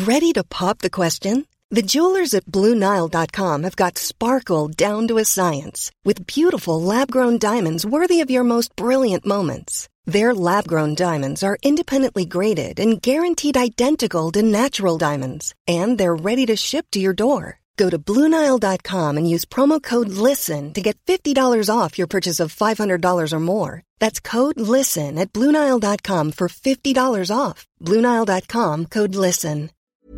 Ready to pop the question? The jewelers at BlueNile.com have got sparkle down to a science with beautiful lab-grown diamonds worthy of your most brilliant moments. Their lab-grown diamonds are independently graded and guaranteed identical to natural diamonds, and they're ready to ship to your door. Go to BlueNile.com and use promo code LISTEN to get $50 off your purchase of $500 or more. That's code LISTEN at BlueNile.com for $50 off. BlueNile.com, code LISTEN.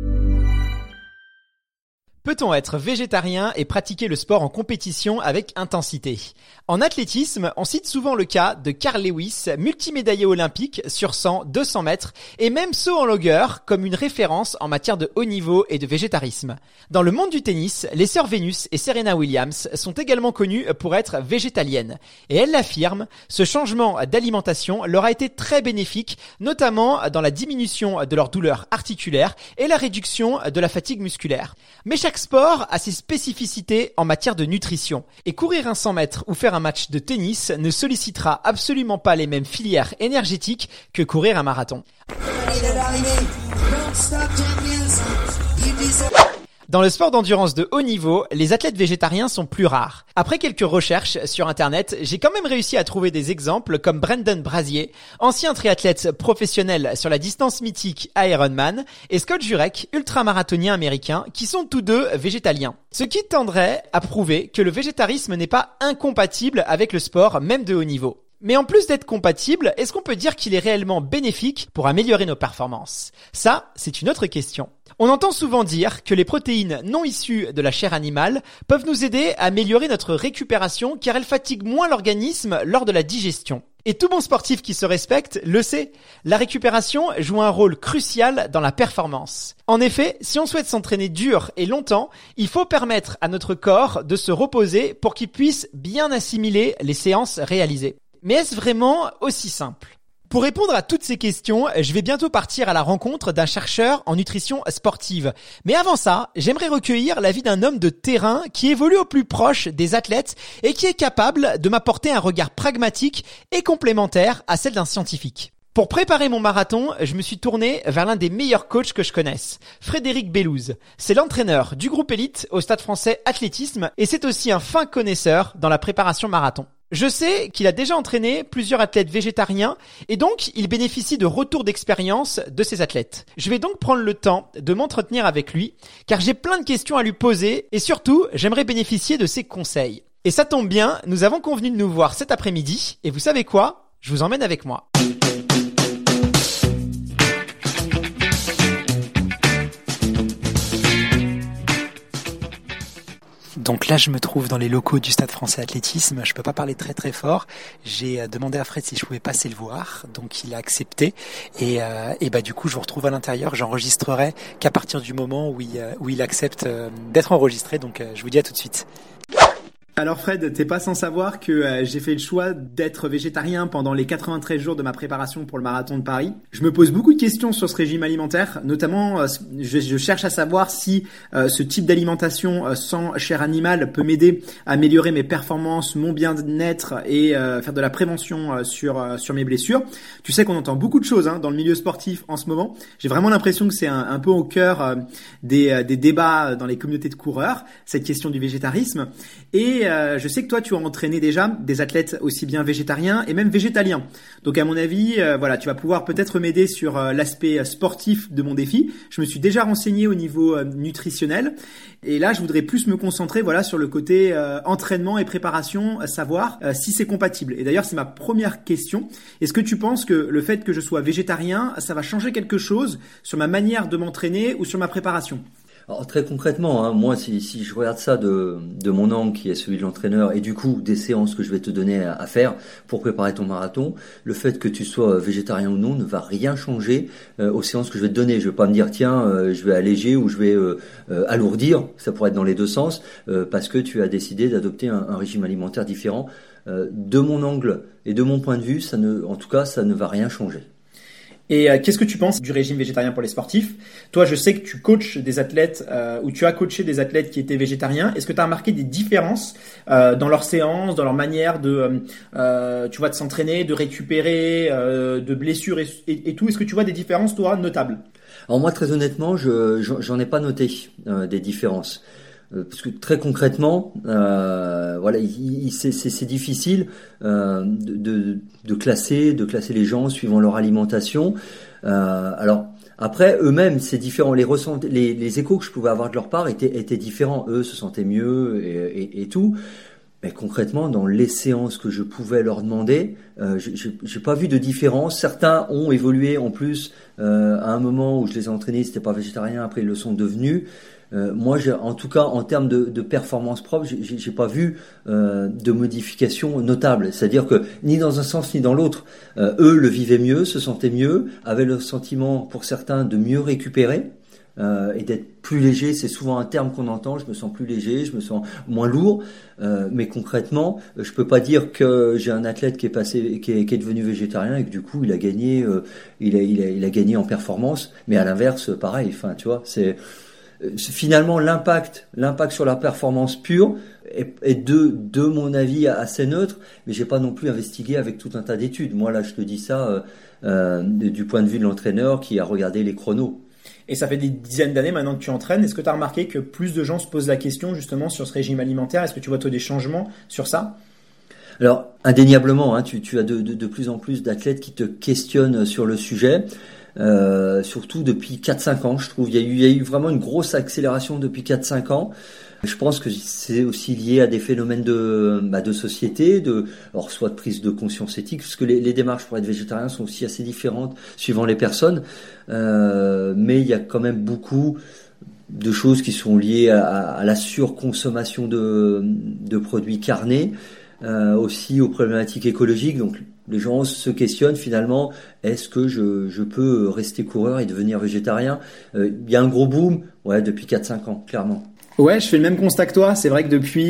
Peut-on être végétarien et pratiquer le sport en compétition avec intensité? En athlétisme, on cite souvent le cas de Carl Lewis, multimédaillé olympique sur 100, 200 mètres et même saut en longueur comme une référence en matière de haut niveau et de végétarisme. Dans le monde du tennis, les sœurs Venus et Serena Williams sont également connues pour être végétaliennes. Et elles l'affirment, ce changement d'alimentation leur a été très bénéfique, notamment dans la diminution de leurs douleurs articulaires et la réduction de la fatigue musculaire. Mais chaque sport a ses spécificités en matière de nutrition. Et courir un 100 mètres ou faire un match de tennis ne sollicitera absolument pas les mêmes filières énergétiques que courir un marathon. Dans le sport d'endurance de haut niveau, les athlètes végétariens sont plus rares. Après quelques recherches sur internet, j'ai quand même réussi à trouver des exemples comme Brendan Brazier, ancien triathlète professionnel sur la distance mythique Ironman, et Scott Jurek, ultramarathonien américain, qui sont tous deux végétaliens. Ce qui tendrait à prouver que le végétarisme n'est pas incompatible avec le sport, même de haut niveau. Mais en plus d'être compatible, est-ce qu'on peut dire qu'il est réellement bénéfique pour améliorer nos performances? Ça, c'est une autre question. On entend souvent dire que les protéines non issues de la chair animale peuvent nous aider à améliorer notre récupération car elles fatiguent moins l'organisme lors de la digestion. Et tout bon sportif qui se respecte le sait, la récupération joue un rôle crucial dans la performance. En effet, si on souhaite s'entraîner dur et longtemps, il faut permettre à notre corps de se reposer pour qu'il puisse bien assimiler les séances réalisées. Mais est-ce vraiment aussi simple ? Pour répondre à toutes ces questions, je vais bientôt partir à la rencontre d'un chercheur en nutrition sportive. Mais avant ça, j'aimerais recueillir l'avis d'un homme de terrain qui évolue au plus proche des athlètes et qui est capable de m'apporter un regard pragmatique et complémentaire à celle d'un scientifique. Pour préparer mon marathon, je me suis tourné vers l'un des meilleurs coachs que je connaisse, Frédéric Bellouze. C'est l'entraîneur du groupe élite au Stade Français Athlétisme et c'est aussi un fin connaisseur dans la préparation marathon. Je sais qu'il a déjà entraîné plusieurs athlètes végétariens et donc il bénéficie de retours d'expérience de ces athlètes. Je vais donc prendre le temps de m'entretenir avec lui car j'ai plein de questions à lui poser et surtout j'aimerais bénéficier de ses conseils. Et ça tombe bien, nous avons convenu de nous voir cet après-midi et vous savez quoi ? Je vous emmène avec moi. Donc là, je me trouve dans les locaux du Stade Français Athlétisme. Je peux pas parler très très fort. J'ai demandé à Fred si je pouvais passer le voir, donc il a accepté. Et du coup, je vous retrouve à l'intérieur. J'enregistrerai qu'à partir du moment où il accepte d'être enregistré. Donc, je vous dis à tout de suite. Alors Fred, t'es pas sans savoir que j'ai fait le choix d'être végétarien pendant les 93 jours de ma préparation pour le marathon de Paris. Je me pose beaucoup de questions sur ce régime alimentaire, notamment je cherche à savoir si ce type d'alimentation sans chair animale peut m'aider à améliorer mes performances, mon bien-être et faire de la prévention sur mes blessures. Tu sais qu'on entend beaucoup de choses dans le milieu sportif en ce moment. J'ai vraiment l'impression que c'est un peu au cœur des débats dans les communautés de coureurs, cette question du végétarisme. Et je sais que toi, tu as entraîné déjà des athlètes aussi bien végétariens et même végétaliens. Donc, à mon avis, tu vas pouvoir peut-être m'aider sur l'aspect sportif de mon défi. Je me suis déjà renseigné au niveau nutritionnel. Et là, je voudrais plus me concentrer sur le côté entraînement et préparation, savoir si c'est compatible. Et d'ailleurs, c'est ma première question. Est-ce que tu penses que le fait que je sois végétarien, ça va changer quelque chose sur ma manière de m'entraîner ou sur ma préparation ? Alors, très concrètement, moi, si je regarde ça de mon angle qui est celui de l'entraîneur et du coup des séances que je vais te donner à faire pour préparer ton marathon, le fait que tu sois végétarien ou non ne va rien changer aux séances que je vais te donner. Je vais pas me dire tiens, je vais alléger ou je vais alourdir. Ça pourrait être dans les deux sens parce que tu as décidé d'adopter un régime alimentaire différent. De mon angle et de mon point de vue, ça ne va rien changer. Et qu'est-ce que tu penses du régime végétarien pour les sportifs ? Toi, je sais que tu coaches des athlètes ou tu as coaché des athlètes qui étaient végétariens. Est-ce que tu as remarqué des différences dans leurs séances, dans leur manière de s'entraîner, de récupérer, de blessures et tout ? Est-ce que tu vois des différences, toi, notables ? Alors moi, très honnêtement, j'en ai pas noté des différences. Parce que très concrètement, voilà, c'est difficile de classer les gens suivant leur alimentation. Alors après, eux-mêmes, c'est différent. Les échos que je pouvais avoir de leur part étaient différents. Eux se sentaient mieux et tout. Mais concrètement, dans les séances que je pouvais leur demander, j'ai pas vu de différence. Certains ont évolué en plus à un moment où je les ai entraînés, ils n'étaient pas végétariens, après ils le sont devenus. Moi, en tout cas, en termes de performance propre, j'ai pas vu de modification notable. C'est-à-dire que ni dans un sens ni dans l'autre, eux le vivaient mieux, se sentaient mieux, avaient le sentiment pour certains de mieux récupérer. Et d'être plus léger, c'est souvent un terme qu'on entend. Je me sens plus léger, je me sens moins lourd. Mais concrètement, je peux pas dire que j'ai un athlète qui est devenu végétarien et que du coup il a gagné, il a gagné en performance. Mais à l'inverse, pareil. Enfin, tu vois, c'est finalement l'impact sur la performance pure est de mon avis assez neutre. Mais j'ai pas non plus investigué avec tout un tas d'études. Moi là, je te dis ça du point de vue de l'entraîneur qui a regardé les chronos. Et ça fait des dizaines d'années maintenant que tu entraînes. Est-ce que tu as remarqué que plus de gens se posent la question justement sur ce régime alimentaire? Est-ce que tu vois toi des changements sur ça? Alors indéniablement, hein, tu as de plus en plus d'athlètes qui te questionnent sur le sujet. Surtout depuis 4-5 ans, je trouve. Il y a eu vraiment une grosse accélération depuis 4-5 ans. Je pense que c'est aussi lié à des phénomènes de société, alors soit de prise de conscience éthique, parce que les démarches pour être végétarien sont aussi assez différentes suivant les personnes. Mais il y a quand même beaucoup de choses qui sont liées à la surconsommation de produits carnés, aussi aux problématiques écologiques. Donc les gens se questionnent finalement, est-ce que je peux rester coureur et devenir végétarien? Il y a un gros boom, depuis 4-5 ans, clairement. Ouais, je fais le même constat que toi. C'est vrai que depuis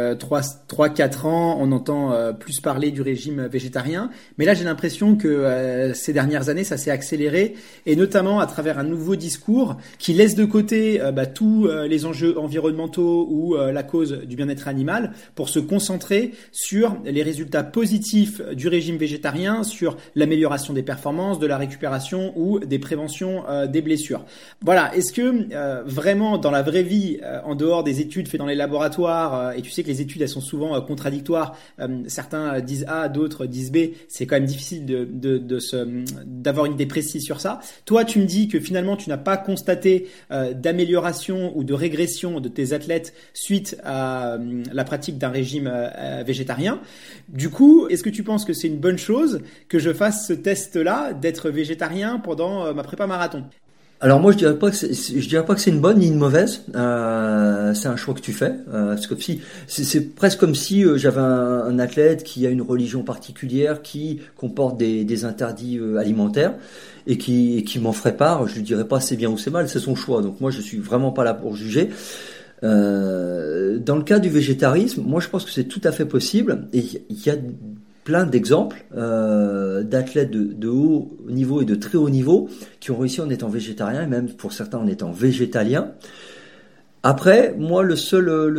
3-4 ans, on entend plus parler du régime végétarien. Mais là, j'ai l'impression que ces dernières années, ça s'est accéléré, et notamment à travers un nouveau discours qui laisse de côté tous les enjeux environnementaux ou la cause du bien-être animal pour se concentrer sur les résultats positifs du régime végétarien, sur l'amélioration des performances, de la récupération ou des préventions des blessures. Voilà. Est-ce que vraiment, dans la vraie vie, en dehors des études faites dans les laboratoires, et tu sais que les études elles sont souvent contradictoires, certains disent A, d'autres disent B, c'est quand même difficile d'avoir une idée précise sur ça. Toi, tu me dis que finalement tu n'as pas constaté d'amélioration ou de régression de tes athlètes suite à la pratique d'un régime végétarien. Du coup, est-ce que tu penses que c'est une bonne chose que je fasse ce test-là d'être végétarien pendant ma prépa marathon? Alors moi je dirais pas que c'est une bonne ni une mauvaise. C'est un choix que tu fais. C'est comme si c'est presque comme si j'avais un athlète qui a une religion particulière, qui comporte des interdits alimentaires et qui m'en ferait part. Je lui dirais pas c'est bien ou c'est mal, c'est son choix. Donc moi je suis vraiment pas là pour juger. Dans le cas du végétarisme, moi je pense que c'est tout à fait possible, et il y a plein d'exemples d'athlètes de haut niveau et de très haut niveau qui ont réussi en étant végétariens, et même pour certains en étant végétaliens. Après, moi, la seule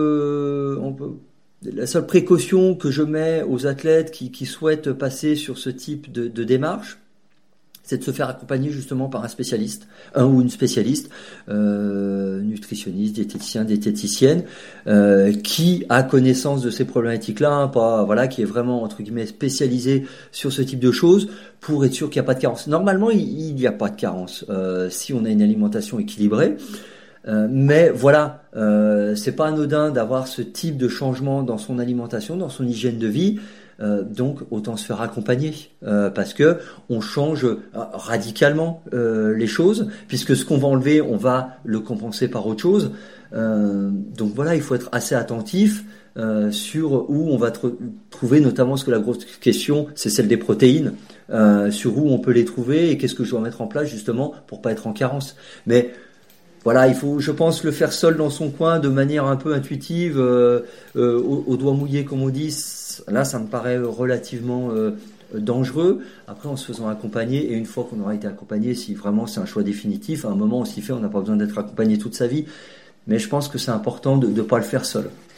précaution que je mets aux athlètes qui souhaitent passer sur ce type de démarche, c'est de se faire accompagner justement par un spécialiste, un ou une spécialiste, nutritionniste, diététicien, diététicienne, qui a connaissance de ces problématiques-là, qui est vraiment entre guillemets spécialisé sur ce type de choses, pour être sûr qu'il n'y a pas de carence. Normalement, il n'y a pas de carence si on a une alimentation équilibrée. Mais voilà, c'est pas anodin d'avoir ce type de changement dans son alimentation, dans son hygiène de vie. Donc autant se faire accompagner parce que on change radicalement les choses, puisque ce qu'on va enlever, on va le compenser par autre chose. Donc voilà, il faut être assez attentif sur où on va trouver, notamment parce que la grosse question c'est celle des protéines, sur où on peut les trouver et qu'est-ce que je dois mettre en place justement pour pas être en carence. Mais voilà, il faut, je pense, le faire seul dans son coin de manière un peu intuitive, au doigt mouillé comme on dit. Là, ça me paraît relativement dangereux. Après, en se faisant accompagner, et une fois qu'on aura été accompagné, si vraiment c'est un choix définitif, à un moment on s'y fait, on n'a pas besoin d'être accompagné toute sa vie. Mais je pense que c'est important de ne pas le faire seul.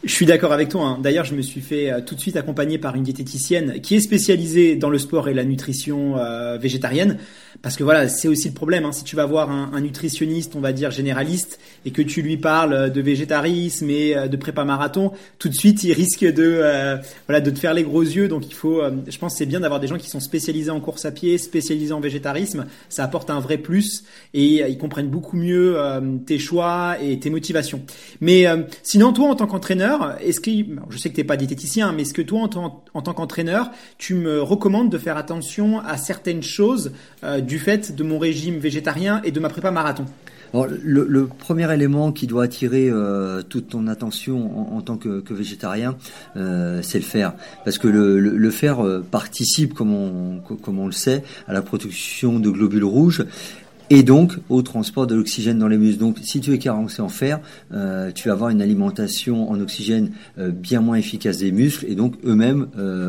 Je suis d'accord avec toi, hein. D'ailleurs, je me suis fait tout de suite accompagner par une diététicienne qui est spécialisée dans le sport et la nutrition végétarienne. Parce que voilà, c'est aussi le problème, hein. Si tu vas voir un nutritionniste, on va dire généraliste, et que tu lui parles de végétarisme et de prépa marathon, tout de suite, il risque de te faire les gros yeux. Donc il faut, je pense que c'est bien d'avoir des gens qui sont spécialisés en course à pied, spécialisés en végétarisme. Ça apporte un vrai plus et ils comprennent beaucoup mieux tes choix et tes motivations. Mais sinon, toi, en tant qu'entraîneur, je sais que t'es pas diététicien, mais est-ce que toi, en tant qu'entraîneur, tu me recommandes de faire attention à certaines choses du fait de mon régime végétarien et de ma prépa marathon? Alors, le premier élément qui doit attirer toute ton attention en tant que végétarien, c'est le fer, parce que le fer participe, comme on le sait, à la production de globules rouges et donc au transport de l'oxygène dans les muscles. Donc si tu es carencé en fer, tu vas avoir une alimentation en oxygène bien moins efficace des muscles, et donc eux-mêmes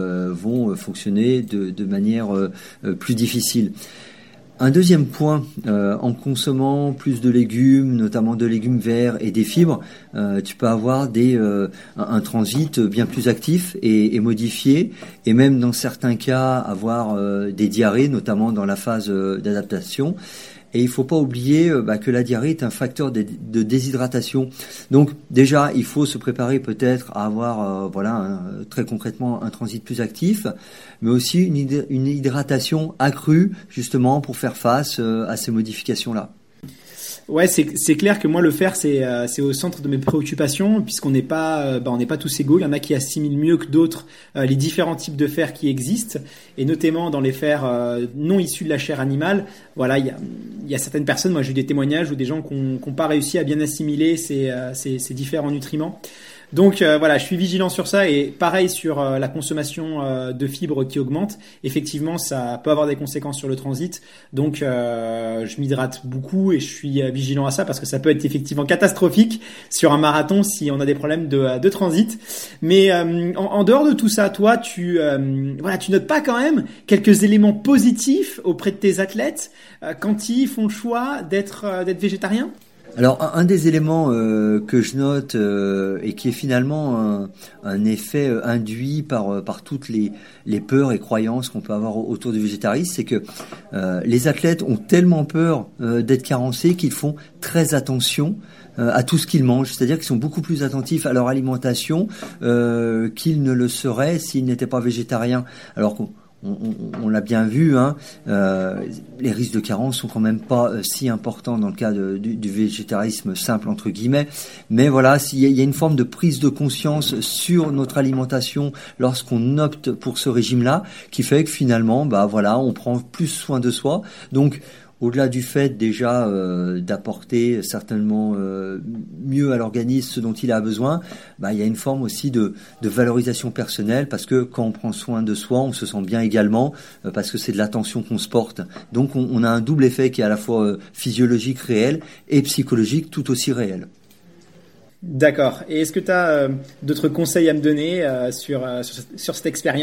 vont fonctionner de manière plus difficile. Un deuxième point, en consommant plus de légumes, notamment de légumes verts et des fibres, tu peux avoir un transit bien plus actif et modifié, et même dans certains cas avoir des diarrhées, notamment dans la phase d'adaptation. Et il faut pas oublier que la diarrhée est un facteur de déshydratation. Donc déjà, il faut se préparer peut-être à avoir très concrètement un transit plus actif, mais aussi une hydratation accrue justement pour faire face à ces modifications-là. Ouais, c'est clair que moi le fer c'est au centre de mes préoccupations, puisqu'on n'est pas tous égaux. Il y en a qui assimilent mieux que d'autres les différents types de fer qui existent, et notamment dans les fers non issus de la chair animale. Voilà, il y a certaines personnes, moi j'ai eu des témoignages où des gens qui n'ont pas réussi à bien assimiler ces différents nutriments. Donc je suis vigilant sur ça, et pareil sur la consommation de fibres qui augmente. Effectivement, ça peut avoir des conséquences sur le transit. Donc je m'hydrate beaucoup et je suis vigilant à ça, parce que ça peut être effectivement catastrophique sur un marathon si on a des problèmes de transit. Mais en dehors de tout ça, toi, tu notes pas quand même quelques éléments positifs auprès de tes athlètes quand ils font le choix d'être végétariens? Alors, un des éléments que je note et qui est finalement un effet induit par toutes les peurs et croyances qu'on peut avoir autour du végétarisme, c'est que les athlètes ont tellement peur d'être carencés qu'ils font très attention à tout ce qu'ils mangent, c'est-à-dire qu'ils sont beaucoup plus attentifs à leur alimentation qu'ils ne le seraient s'ils n'étaient pas végétariens. Alors on l'a bien vu, hein, les risques de carence sont quand même pas si importants dans le cas du végétarisme simple entre guillemets, mais voilà, il y a une forme de prise de conscience sur notre alimentation lorsqu'on opte pour ce régime-là, qui fait que finalement, on prend plus soin de soi. Donc au-delà du fait déjà d'apporter certainement mieux à l'organisme ce dont il a besoin, il y a une forme aussi de valorisation personnelle, parce que quand on prend soin de soi, on se sent bien également, parce que c'est de l'attention qu'on se porte. Donc on a un double effet qui est à la fois physiologique réel et psychologique tout aussi réel. D'accord. Et est-ce que tu as d'autres conseils à me donner sur cette expérience ?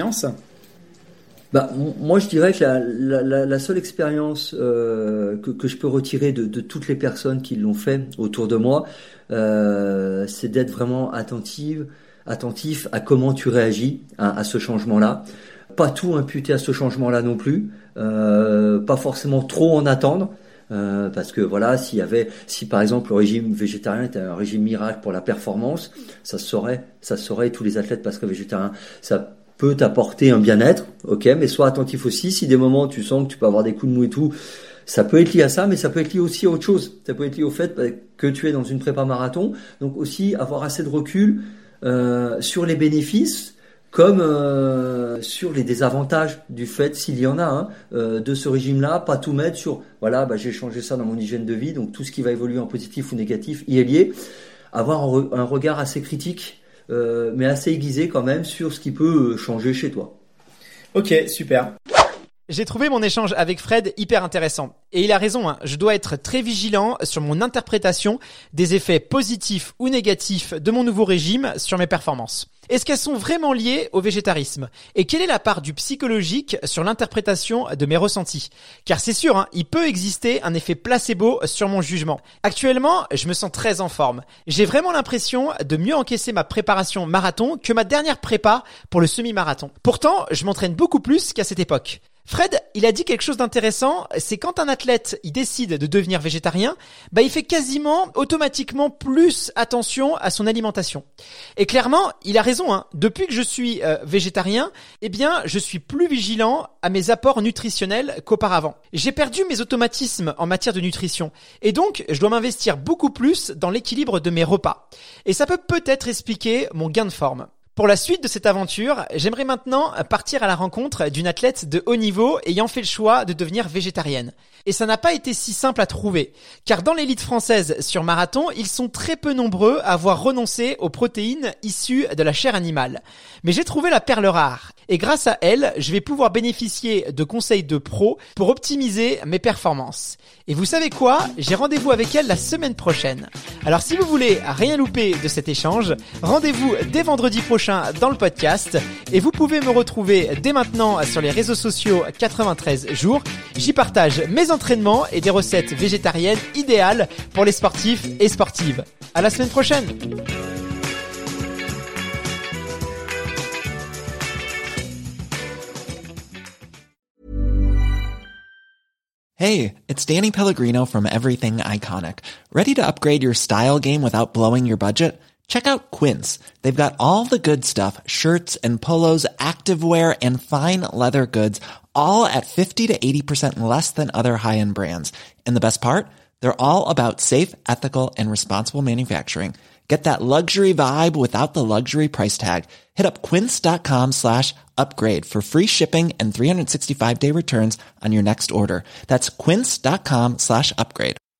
Moi, je dirais que la seule expérience que je peux retirer de toutes les personnes qui l'ont fait autour de moi, c'est d'être vraiment attentif à comment tu réagis à ce changement-là. Pas tout imputer à ce changement-là non plus, pas forcément trop en attendre. Parce que si par exemple le régime végétarien était un régime miracle pour la performance, ça se saurait, tous les athlètes passeraient végétariens. Ça peut t'apporter un bien-être, ok, mais sois attentif aussi, si des moments tu sens que tu peux avoir des coups de mou et tout, ça peut être lié à ça, mais ça peut être lié aussi à autre chose. Ça peut être lié au fait que tu es dans une prépa marathon, donc aussi avoir assez de recul sur les bénéfices, comme sur les désavantages du fait, s'il y en a, de ce régime-là, pas tout mettre sur, j'ai changé ça dans mon hygiène de vie, donc tout ce qui va évoluer en positif ou négatif y est lié. Avoir un regard assez critique, mais assez aiguisé quand même sur ce qui peut changer chez toi. Ok, super. J'ai trouvé mon échange avec Fred hyper intéressant. Et il a raison, je dois être très vigilant sur mon interprétation des effets positifs ou négatifs de mon nouveau régime sur mes performances. Est-ce qu'elles sont vraiment liées au végétarisme? Et quelle est la part du psychologique sur l'interprétation de mes ressentis? Car c'est sûr, hein, il peut exister un effet placebo sur mon jugement. Actuellement, je me sens très en forme. J'ai vraiment l'impression de mieux encaisser ma préparation marathon que ma dernière prépa pour le semi-marathon. Pourtant, je m'entraîne beaucoup plus qu'à cette époque. Fred, il a dit quelque chose d'intéressant, c'est quand un athlète il décide de devenir végétarien, il fait quasiment automatiquement plus attention à son alimentation. Et clairement, il a raison, hein. Depuis que je suis végétarien, je suis plus vigilant à mes apports nutritionnels qu'auparavant. J'ai perdu mes automatismes en matière de nutrition et donc je dois m'investir beaucoup plus dans l'équilibre de mes repas. Et ça peut peut-être expliquer mon gain de forme. Pour la suite de cette aventure, j'aimerais maintenant partir à la rencontre d'une athlète de haut niveau ayant fait le choix de devenir végétarienne. Et ça n'a pas été si simple à trouver, car dans l'élite française sur marathon, ils sont très peu nombreux à avoir renoncé aux protéines issues de la chair animale. Mais j'ai trouvé la perle rare, et grâce à elle, je vais pouvoir bénéficier de conseils de pros pour optimiser mes performances. Et vous savez quoi? J'ai rendez-vous avec elle la semaine prochaine. Alors si vous voulez rien louper de cet échange, rendez-vous dès vendredi prochain dans le podcast, et vous pouvez me retrouver dès maintenant sur les réseaux sociaux 93 jours. J'y partage mes entraînements et des recettes végétariennes idéales pour les sportifs et sportives. À la semaine prochaine! Hey, it's Danny Pellegrino from Everything Iconic. Ready to upgrade your style game without blowing your budget? Check out Quince. They've got all the good stuff, shirts and polos, activewear, and fine leather goods, all at 50 to 80% less than other high-end brands. And the best part? They're all about safe, ethical, and responsible manufacturing. Get that luxury vibe without the luxury price tag. Hit up quince.com/upgrade for free shipping and 365-day returns on your next order. That's quince.com/upgrade.